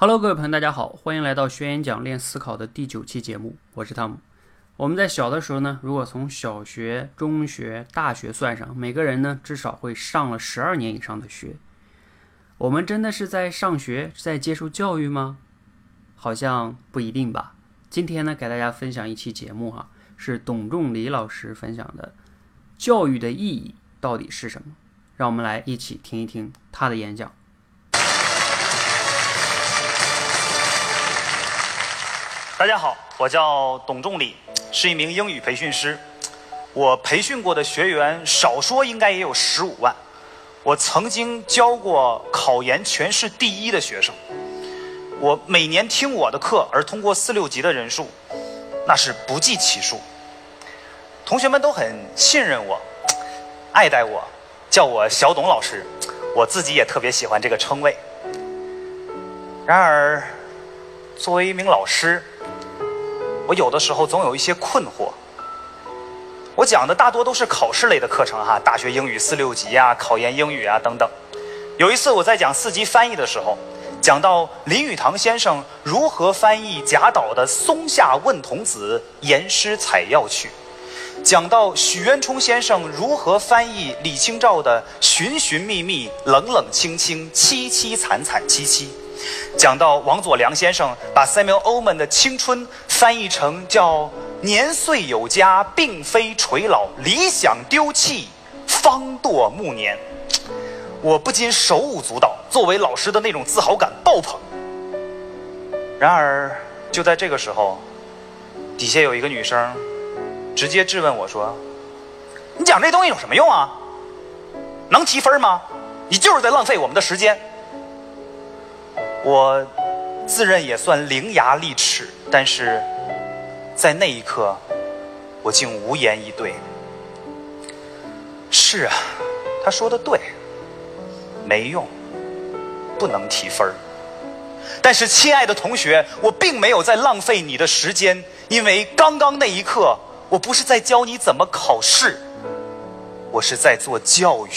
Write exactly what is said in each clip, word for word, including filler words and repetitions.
Hello， 各位朋友，大家好，欢迎来到学演讲练思考的第九期节目，我是汤姆。我们在小的时候呢，如果从小学、中学、大学算上，每个人呢至少会上了十二年以上的学。我们真的是在上学，在接受教育吗？好像不一定吧。今天呢，给大家分享一期节目哈、啊，是董仲礼老师分享的教育的意义到底是什么？让我们来一起听一听他的演讲。 大家好，我叫董仲礼，是一名英语培训师。我培训过的学员少说应该也有十五万。我曾经教过考研全市第一的学生。我每年听我的课而通过四六级的人数，那是不计其数。同学们都很信任我，爱戴我，叫我小董老师。我自己也特别喜欢这个称谓。然而，作为一名老师，我有的时候总有一些困惑。我讲的大多都是考试类的课程哈，大学英语四六级啊，考研英语啊等等。有一次我在讲四级翻译的时候，讲到林语堂先生如何翻译贾岛的松下问童子，言师采药去，讲到许渊冲先生如何翻译李清照的寻寻觅觅，冷冷清清，凄凄惨惨戚戚，讲到王佐良先生把 Samuel Ullman 的青春翻译成叫年岁有加，并非垂老，理想丢弃，方堕暮年。我不禁手舞足蹈，作为老师的那种自豪感爆棚。然而就在这个时候，底下有一个女生直接质问我说，你讲这东西有什么用啊？能提分吗？你就是在浪费我们的时间。我自认也算伶牙俐齿，但是在那一刻我竟无言以对。是啊，他说的对，没用，不能提分。但是亲爱的同学，我并没有在浪费你的时间，因为刚刚那一刻我不是在教你怎么考试，我是在做教育。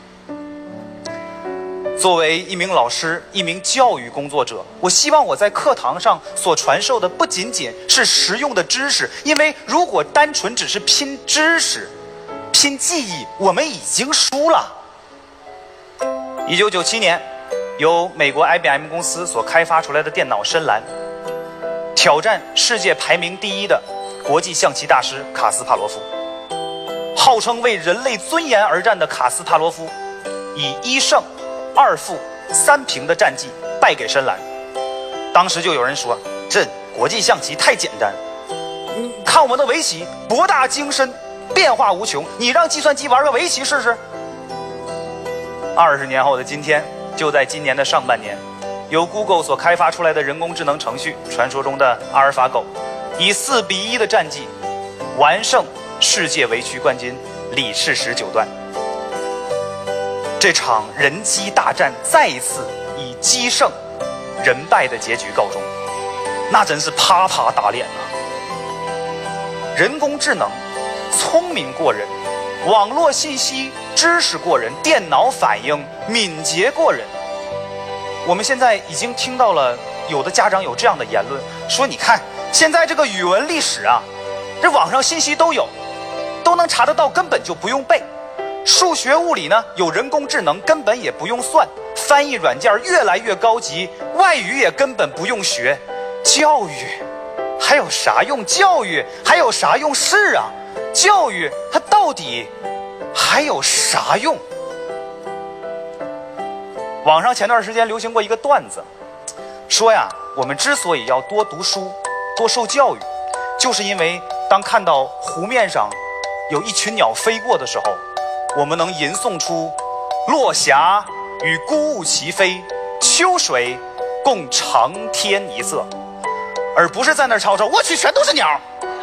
作为一名老师，一名教育工作者，我希望我在课堂上所传授的不仅仅是实用的知识，因为如果单纯只是拼知识、拼记忆，我们已经输了。一九九七年，由美国 I B M 公司所开发出来的电脑深蓝，挑战世界排名第一的国际象棋大师卡斯帕罗夫。号称为人类尊严而战的卡斯帕罗夫，以一胜二负三平的战绩败给深蓝。当时就有人说，这国际象棋太简单，你看我们的围棋博大精深，变化无穷，你让计算机玩个围棋试试。二十年后的今天，就在今年的上半年，由 Google 所开发出来的人工智能程序传说中的阿尔法狗，以四比一的战绩完胜世界围棋冠军李世石九段。这场人机大战再一次以机胜人败的结局告终，那真是啪啪打脸啊！人工智能聪明过人，网络信息知识过人，电脑反应敏捷过人。我们现在已经听到了有的家长有这样的言论，说你看现在这个语文历史啊，这网上信息都有，都能查得到，根本就不用背。数学物理呢，有人工智能，根本也不用算。翻译软件越来越高级，外语也根本不用学。教育还有啥用？教育还有啥用？是啊，教育它到底还有啥用？网上前段时间流行过一个段子，说呀，我们之所以要多读书、多受教育，就是因为当看到湖面上有一群鸟飞过的时候，我们能吟诵出落霞与孤鹜齐飞，秋水共长天一色，而不是在那儿吵吵，我去，全都是鸟。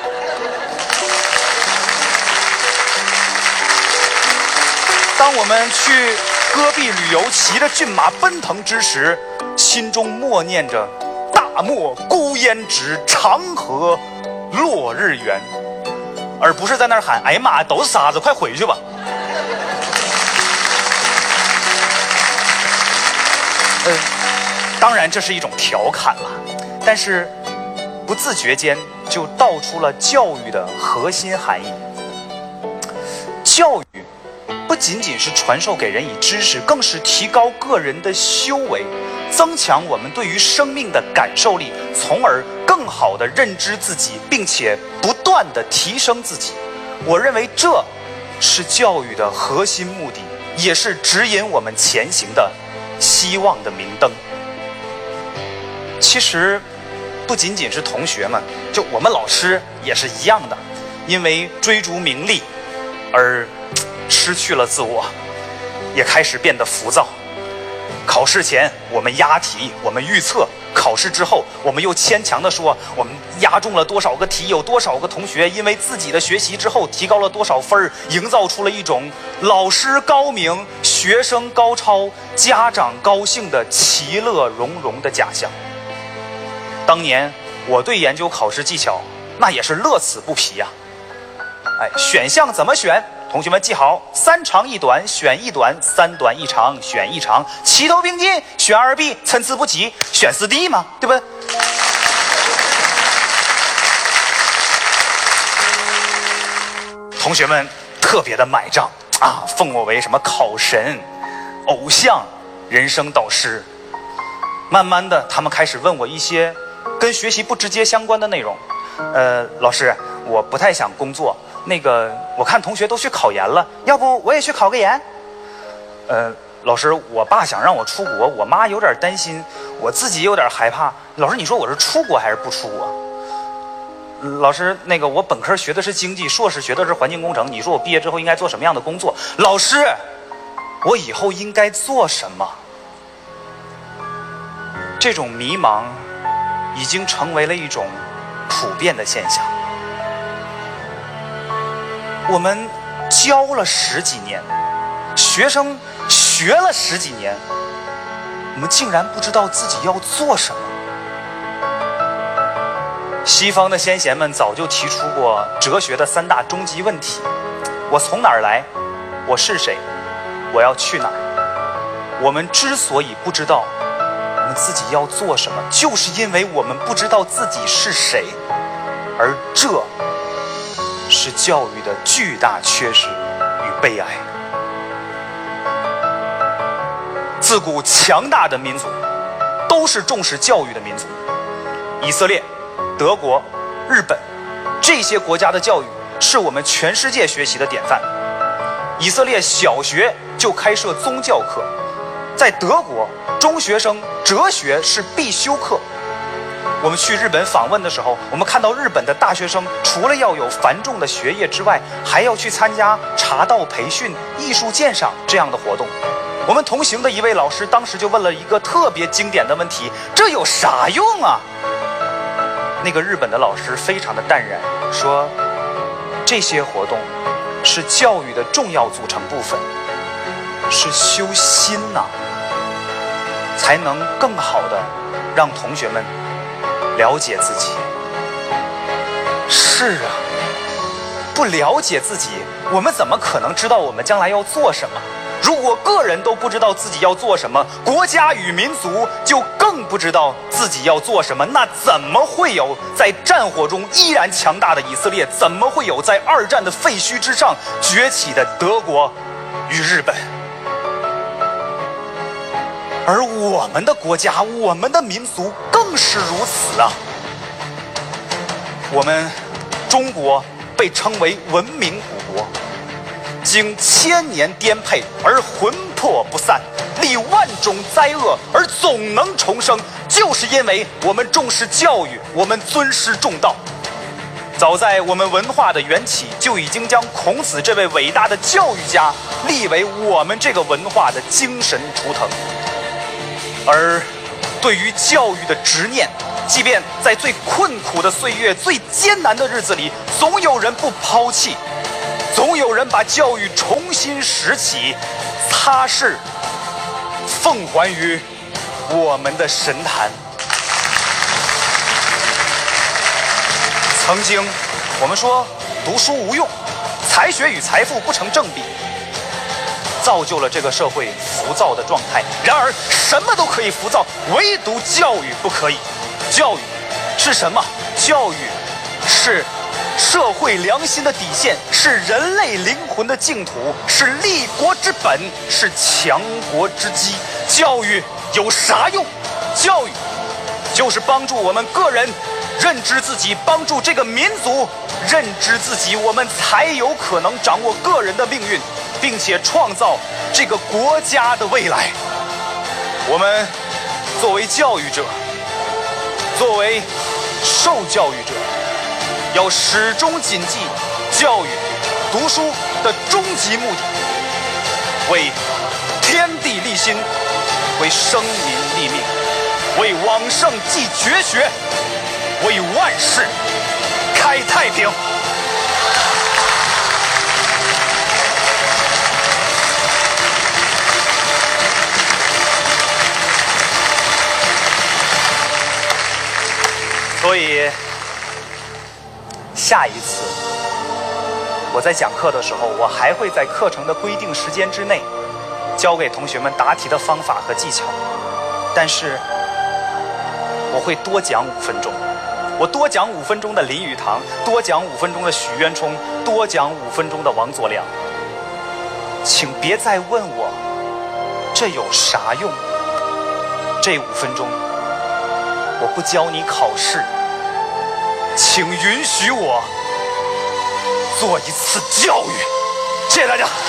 当我们去戈壁旅游，骑着骏马奔腾之时，心中默念着大漠孤烟直，长河落日圆，而不是在那儿喊，哎呀妈，都是沙子，快回去吧。呃， 当然这是一种调侃了，但是不自觉间就道出了教育的核心含义。教育不仅仅是传授给人以知识，更是提高个人的修为，增强我们对于生命的感受力，从而更好地认知自己，并且不断地提升自己。我认为这是教育的核心目的，也是指引我们前行的希望的明灯。其实不仅仅是同学们，就我们老师也是一样的，因为追逐名利而失去了自我，也开始变得浮躁。考试前我们押题，我们预测，考试之后我们又牵强地说我们押中了多少个题，有多少个同学因为自己的学习之后提高了多少分，营造出了一种老师高明、学生高超、家长高兴的其乐融融的假象。当年我对研究考试技巧那也是乐此不疲呀、啊。哎，选项怎么选？同学们记好：三长一短，选一短；三短一长，选一长；齐头并进，选二 B； 参差不齐，选四 D 嘛，对不对？同学们特别的买账啊，奉我为什么考神、偶像、人生导师。慢慢的，他们开始问我一些跟学习不直接相关的内容。呃，老师，我不太想工作。那个，我看同学都去考研了，要不我也去考个研？呃，老师，我爸想让我出国，我妈有点担心，我自己有点害怕。老师，你说我是出国还是不出国？老师，那个我本科学的是经济，硕士学的是环境工程，你说我毕业之后应该做什么样的工作？老师，我以后应该做什么？这种迷茫已经成为了一种普遍的现象。我们教了十几年，学生学了十几年，我们竟然不知道自己要做什么。西方的先贤们早就提出过哲学的三大终极问题：我从哪儿来？我是谁？我要去哪儿？我们之所以不知道我们自己要做什么，就是因为我们不知道自己是谁，而这是教育的巨大缺失与悲哀。自古强大的民族都是重视教育的民族，以色列、德国、日本这些国家的教育是我们全世界学习的典范。以色列小学就开设宗教课，在德国中学生哲学是必修课。我们去日本访问的时候，我们看到日本的大学生除了要有繁重的学业之外，还要去参加茶道培训、艺术鉴赏这样的活动。我们同行的一位老师当时就问了一个特别经典的问题：这有啥用啊？那个日本的老师非常的淡然说，这些活动是教育的重要组成部分，是修心呐、啊，才能更好的让同学们了解自己。是啊，不了解自己，我们怎么可能知道我们将来要做什么？如果个人都不知道自己要做什么，国家与民族就更不知道自己要做什么。那怎么会有在战火中依然强大的以色列？怎么会有在二战的废墟之上崛起的德国与日本？而我们的国家，我们的民族更是如此啊！我们中国被称为文明古国，经千年颠沛而魂魄不散，历万种灾厄而总能重生，就是因为我们重视教育，我们尊师重道。早在我们文化的缘起，就已经将孔子这位伟大的教育家立为我们这个文化的精神图腾。而对于教育的执念，即便在最困苦的岁月、最艰难的日子里，总有人不抛弃，总有人把教育重新拾起，擦拭，奉还于我们的神坛。曾经我们说读书无用，才学与财富不成正比。 造就了这个社会浮躁的状态。然而，什么都可以浮躁，唯独教育不可以。教育是什么？教育是社会良心的底线，是人类灵魂的净土，是立国之本，是强国之基。教育有啥用？教育就是帮助我们个人认知自己，帮助这个民族认知自己，我们才有可能掌握个人的命运，并且创造这个国家的未来。我们作为教育者，作为受教育者，要始终谨记教育、读书的终极目的，为天地立心，为生民立命，为往圣继绝学，为万世开太平。所以，下一次我在讲课的时候，我还会在课程的规定时间之内，教给同学们答题的方法和技巧。但是，我会多讲五分钟，我多讲五分钟的林语堂，多讲五分钟的许渊冲，多讲五分钟的王佐良。请别再问我这有啥用？这五分钟，我不教你考试。请允许我做一次教育，谢谢大家。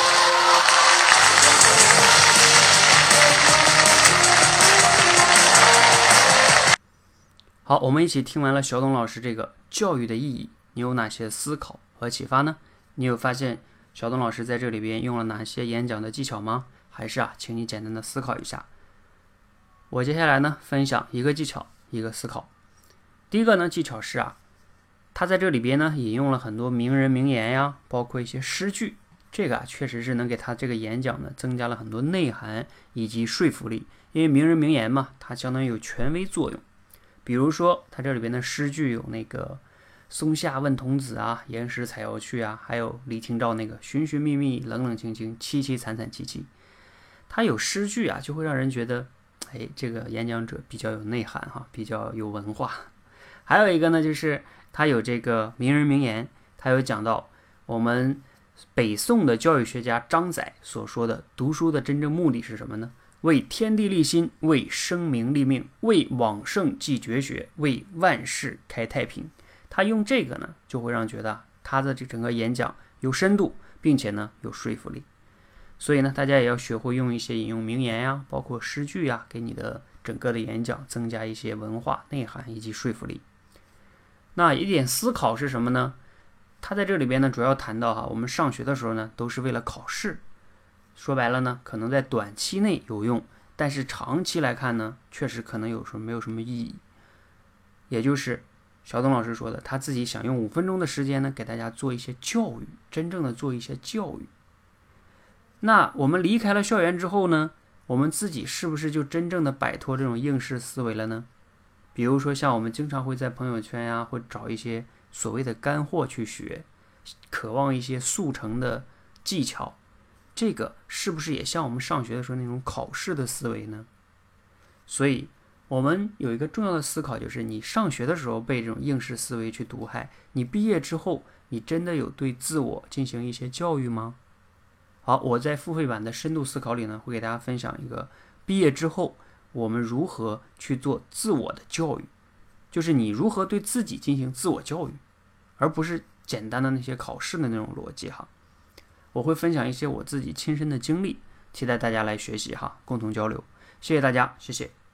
好，我们一起听完了小董老师这个教育的意义，你有哪些思考和启发呢？你有发现小董老师在这里边用了哪些演讲的技巧吗？还是啊，请你简单的思考一下。我接下来呢，分享一个技巧，一个思考。第一个呢，技巧是啊，他在这里边呢引用了很多名人名言呀，包括一些诗句，这个啊确实是能给他这个演讲呢增加了很多内涵以及说服力。因为名人名言嘛，它相当于有权威作用。比如说他这里边的诗句有那个松下问童子啊，岩石采药去啊，还有李清照那个寻寻觅觅，冷冷清清，凄凄惨惨戚戚。他有诗句啊，就会让人觉得，哎，这个演讲者比较有内涵哈，比较有文化。还有一个呢，就是他有这个名人名言，他有讲到我们北宋的教育学家张载所说的读书的真正目的是什么呢？为天地立心，为生民立命，为往圣继绝学，为万世开太平。他用这个呢，就会让人觉得他的这整个演讲有深度，并且呢有说服力。所以呢，大家也要学会用一些引用名言呀，包括诗句呀，给你的整个的演讲增加一些文化内涵以及说服力。那一点思考是什么呢？他在这里边呢，主要谈到哈，我们上学的时候呢，都是为了考试。说白了呢，可能在短期内有用，但是长期来看呢，确实可能有时候没有什么意义。也就是小董老师说的，他自己想用五分钟的时间呢，给大家做一些教育，真正的做一些教育。那我们离开了校园之后呢，我们自己是不是就真正的摆脱这种应试思维了呢？比如说像我们经常会在朋友圈呀、啊，会找一些所谓的干货去学，渴望一些速成的技巧，这个是不是也像我们上学的时候那种考试的思维呢？所以我们有一个重要的思考，就是你上学的时候被这种应试思维去毒害，你毕业之后，你真的有对自我进行一些教育吗？好，我在付费版的深度思考里呢，会给大家分享一个毕业之后我们如何去做自我的教育，就是你如何对自己进行自我教育，而不是简单的那些考试的那种逻辑哈。我会分享一些我自己亲身的经历，期待大家来学习哈，共同交流。谢谢大家，谢谢。